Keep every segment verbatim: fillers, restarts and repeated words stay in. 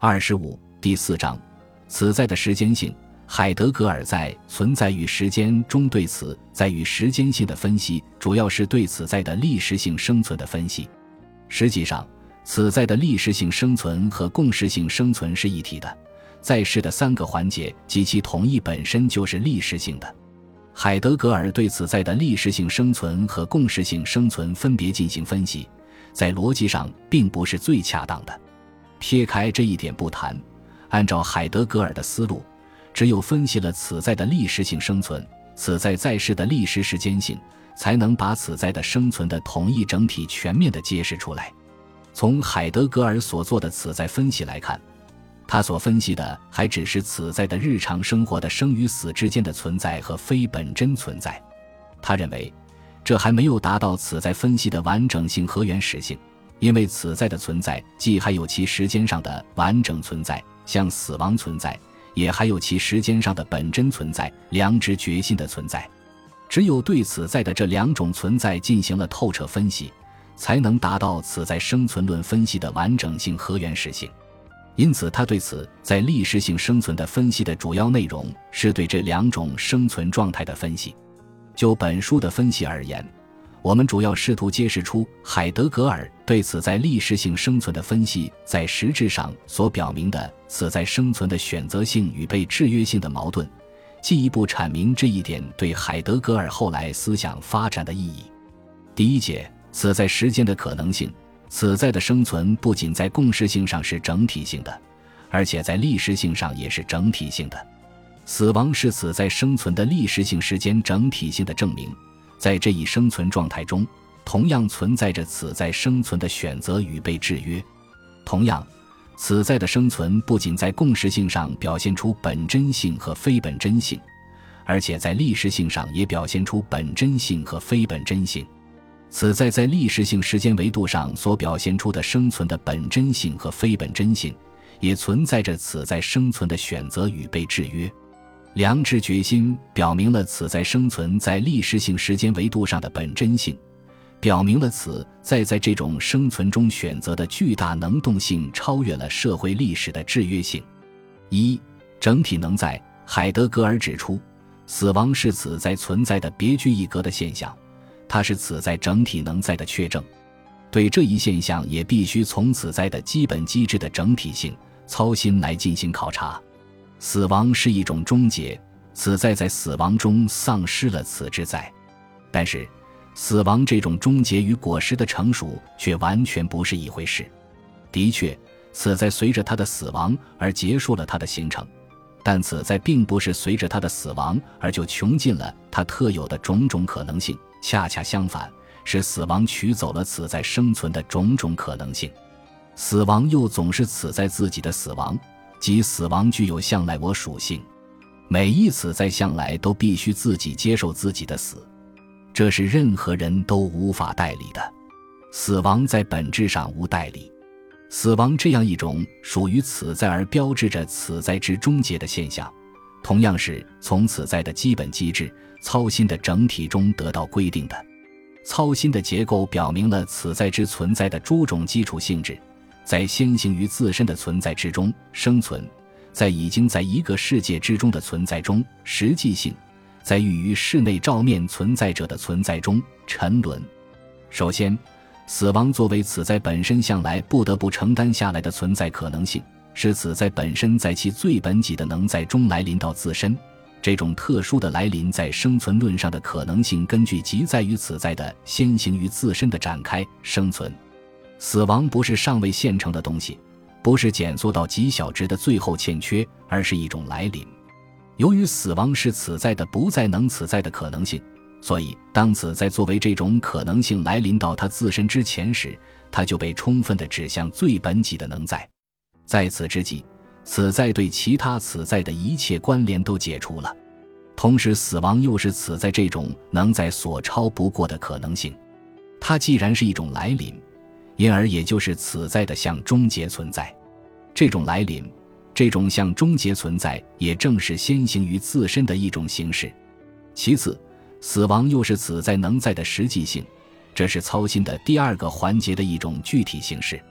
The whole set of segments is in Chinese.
二十五第四章此在的时间性。海德格尔在《存在与时间》中对此在与时间性的分析，主要是对此在的历史性生存的分析。实际上，此在的历史性生存和共识性生存是一体的，在世的三个环节及其统一本身就是历史性的。海德格尔对此在的历史性生存和共识性生存分别进行分析，在逻辑上并不是最恰当的。撇开这一点不谈，按照海德格尔的思路，只有分析了此在的历史性生存，此在在世的历史时间性，才能把此在的生存的统一整体全面地揭示出来。从海德格尔所做的此在分析来看，他所分析的还只是此在的日常生活的生与死之间的存在和非本真存在。他认为这还没有达到此在分析的完整性和原始性，因为此在的存在既还有其时间上的完整存在，像死亡存在，也还有其时间上的本真存在，良知决心的存在。只有对此在的这两种存在进行了透彻分析，才能达到此在生存论分析的完整性和原始性。因此他对此在历史性生存的分析的主要内容是对这两种生存状态的分析。就本书的分析而言，我们主要试图揭示出海德格尔对此在历史性生存的分析在实质上所表明的此在生存的选择性与被制约性的矛盾，进一步阐明这一点对海德格尔后来思想发展的意义。第一节，此在时间的可能性。此在的生存不仅在共识性上是整体性的，而且在历史性上也是整体性的。死亡是此在生存的历史性时间整体性的证明。在这一生存状态中，同样存在着此在生存的选择与被制约。同样，此在的生存不仅在共识性上表现出本真性和非本真性，而且在历史性上也表现出本真性和非本真性。此在在历史性时间维度上所表现出的生存的本真性和非本真性，也存在着此在生存的选择与被制约。良知决心表明了此在生存在历史性时间维度上的本真性，表明了此在在这种生存中选择的巨大能动性超越了社会历史的制约性。一、整体能在。海德格尔指出，死亡是此在存在的别具一格的现象，它是此在整体能在的确证。对这一现象也必须从此在的基本机制的整体性操心来进行考察。死亡是一种终结，此在在死亡中丧失了此之在。但是死亡这种终结与果实的成熟却完全不是一回事。的确，此在随着它的死亡而结束了它的形成，但此在并不是随着它的死亡而就穷尽了它特有的种种可能性，恰恰相反，是死亡取走了此在生存的种种可能性。死亡又总是此在自己的死亡，即死亡具有向来我属性，每一此在向来都必须自己接受自己的死，这是任何人都无法代理的。死亡在本质上无代理。死亡这样一种属于此在而标志着此在之终结的现象，同样是从此在的基本机制操心的整体中得到规定的。操心的结构表明了此在之存在的诸种基础性质，在先行于自身的存在之中生存，在已经在一个世界之中的存在中实际性，在寓于室内照面存在者的存在中沉沦。首先，死亡作为此在本身向来不得不承担下来的存在可能性，是此在本身在其最本己的能在中来临到自身。这种特殊的来临在生存论上的可能性根据即在于此在的先行于自身的展开生存。死亡不是尚未现成的东西，不是减缩到极小值的最后欠缺，而是一种来临。由于死亡是此在的不再能此在的可能性，所以当此在作为这种可能性来临到它自身之前时，它就被充分地指向最本己的能在。在此之际，此在对其他此在的一切关联都解除了，同时死亡又是此在这种能在所超不过的可能性。它既然是一种来临，因而也就是此在的向终结存在。这种来临，这种向终结存在也正是先行于自身的一种形式。其次，死亡又是此在能在的实际性，这是操心的第二个环节的一种具体形式。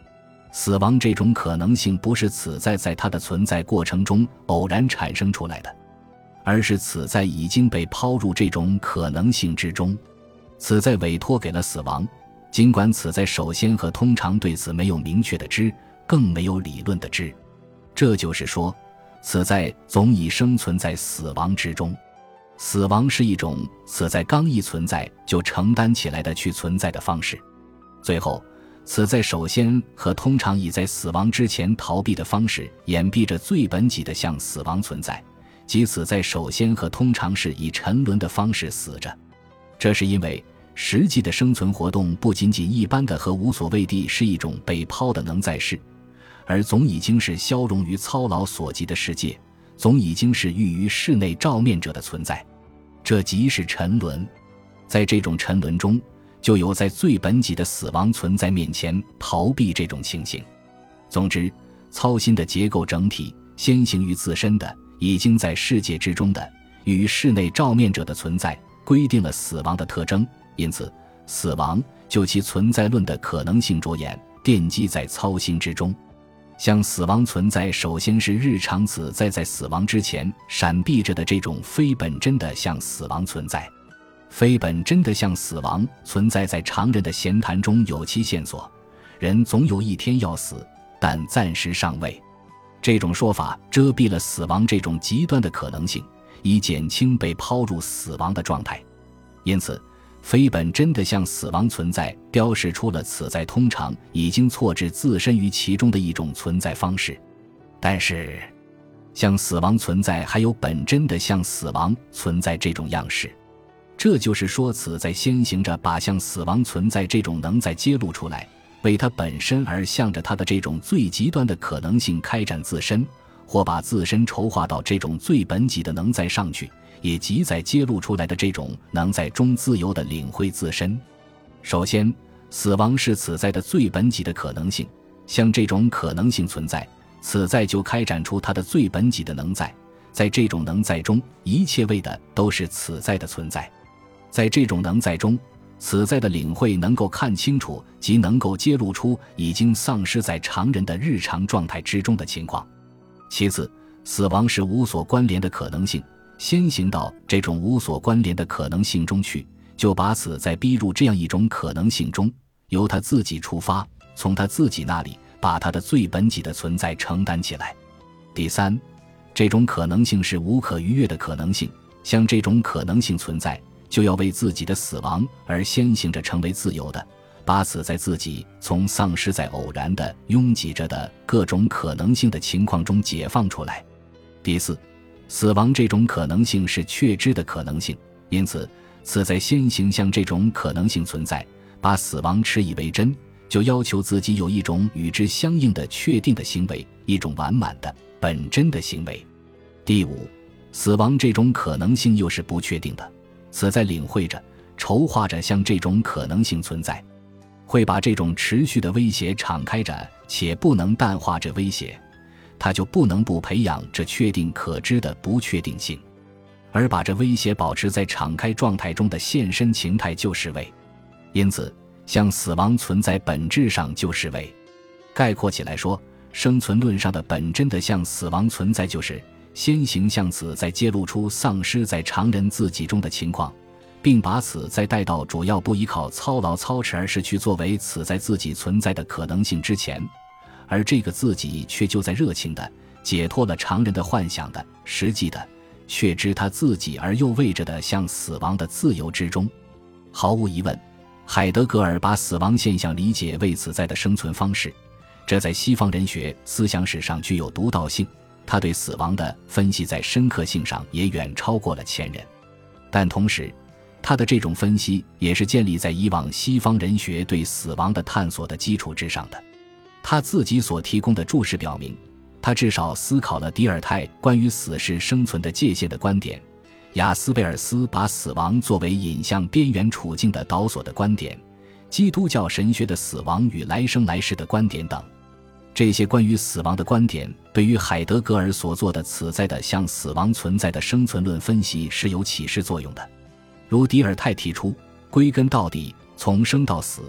死亡这种可能性不是此在在它的存在过程中偶然产生出来的，而是此在已经被抛入这种可能性之中。此在委托给了死亡，尽管此在首先和通常对此没有明确的知，更没有理论的知。这就是说，此在总已生存在死亡之中。死亡是一种此在刚一存在就承担起来的去存在的方式。最后，此在首先和通常以在死亡之前逃避的方式掩蔽着最本己的向死亡存在，即此在首先和通常是以沉沦的方式死着。这是因为实际的生存活动不仅仅一般的和无所谓地是一种被抛的能在世，而总已经是消融于操劳所及的世界，总已经是寓于室内照面者的存在。这即是沉沦。在这种沉沦中，就有在最本己的死亡存在面前逃避这种情形。总之，操心的结构整体先行于自身的，已经在世界之中的，与室内照面者的存在规定了死亡的特征。因此，死亡就其存在论的可能性着眼，奠基在操心之中。像死亡存在首先是日常此在在死亡之前闪避着的这种非本真的向死亡存在。非本真的向死亡存在在常人的闲谈中有其线索，人总有一天要死，但暂时尚未。这种说法遮蔽了死亡这种极端的可能性，以减轻被抛入死亡的状态。因此，非本真的向死亡存在标示出了此在通常已经错置自身于其中的一种存在方式。但是，向死亡存在还有本真的向死亡存在这种样式。这就是说，此在先行着把向死亡存在这种能在揭露出来，为它本身而向着它的这种最极端的可能性开展自身，或把自身筹划到这种最本己的能在上去，也即在揭露出来的这种能在中自由地领会自身。首先，死亡是此在的最本己的可能性，像这种可能性存在，此在就开展出它的最本己的能在。在这种能在中，一切为的都是此在的存在。在这种能在中，此在的领会能够看清楚，即能够揭露出已经丧失在常人的日常状态之中的情况。其次，死亡是无所关联的可能性，先行到这种无所关联的可能性中去，就把此在逼入这样一种可能性中，由他自己出发，从他自己那里把他的最本己的存在承担起来。第三，这种可能性是无可逾越的可能性，像这种可能性存在，就要为自己的死亡而先行着成为自由的，把此在自己从丧失在偶然的拥挤着的各种可能性的情况中解放出来。第四，死亡这种可能性是确知的可能性，因此此在先行向这种可能性存在，把死亡持以为真，就要求自己有一种与之相应的确定的行为，一种完满的本真的行为。第五，死亡这种可能性又是不确定的，此在领会着筹划着像这种可能性存在，会把这种持续的威胁敞开着，且不能淡化这威胁，他就不能不培养这确定可知的不确定性，而把这威胁保持在敞开状态中的现身情态就是为。因此，像死亡存在本质上就是为。概括起来说，生存论上的本真的向死亡存在就是先行向此在揭露出丧失在常人自己中的情况，并把此在带到主要不依靠操劳操持而是去作为此在自己存在的可能性之前，而这个自己却就在热情的解脱了常人的幻想的实际的确知他自己而又为着的向死亡的自由之中。毫无疑问，海德格尔把死亡现象理解为此在的生存方式，这在西方人学思想史上具有独到性，他对死亡的分析在深刻性上也远超过了前人。但同时，他的这种分析也是建立在以往西方人学对死亡的探索的基础之上的。他自己所提供的注释表明，他至少思考了迪尔泰关于死是生存的界限的观点，雅斯贝尔斯把死亡作为引向边缘处境的导索的观点，基督教神学的死亡与来生来世的观点等。这些关于死亡的观点对于海德格尔所做的此在的向死亡存在的生存论分析是有启示作用的。如迪尔泰提出，归根到底，从生到死，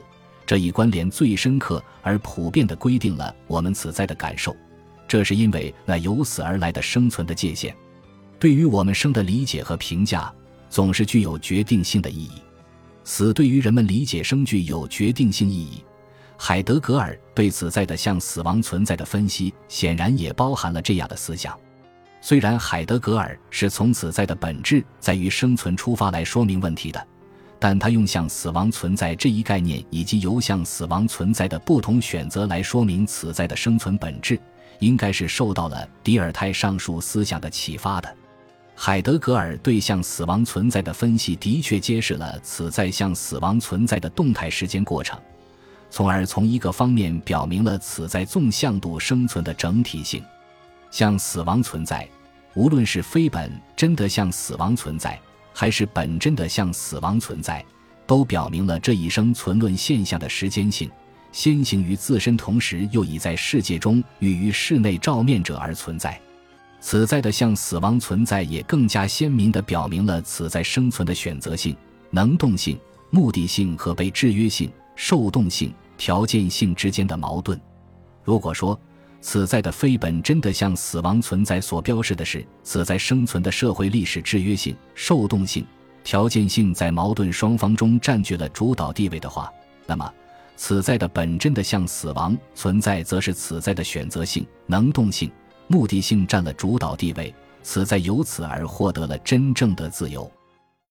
这一关联最深刻而普遍地规定了我们此在的感受，这是因为那由此而来的生存的界限，对于我们生的理解和评价，总是具有决定性的意义。死对于人们理解生具有决定性意义，海德格尔对此在的像死亡存在的分析显然也包含了这样的思想。虽然海德格尔是从此在的本质在于生存出发来说明问题的，但他用向死亡存在这一概念以及由向死亡存在的不同选择来说明此在的生存本质，应该是受到了迪尔泰上述思想的启发的。海德格尔对向死亡存在的分析的确揭示了此在向死亡存在的动态时间过程，从而从一个方面表明了此在纵向度生存的整体性。向死亡存在，无论是非本真的向死亡存在，还是本真的向死亡存在，都表明了这一生存论现象的时间性，先行于自身，同时又以在世界中与于室内照面者而存在。此在的向死亡存在也更加鲜明地表明了此在生存的选择性、能动性、目的性和被制约性、受动性、条件性之间的矛盾。如果说此在的非本真的向死亡存在所标示的是此在生存的社会历史制约性、受动性、条件性在矛盾双方中占据了主导地位的话，那么此在的本真的向死亡存在则是此在的选择性、能动性、目的性占了主导地位，此在由此而获得了真正的自由。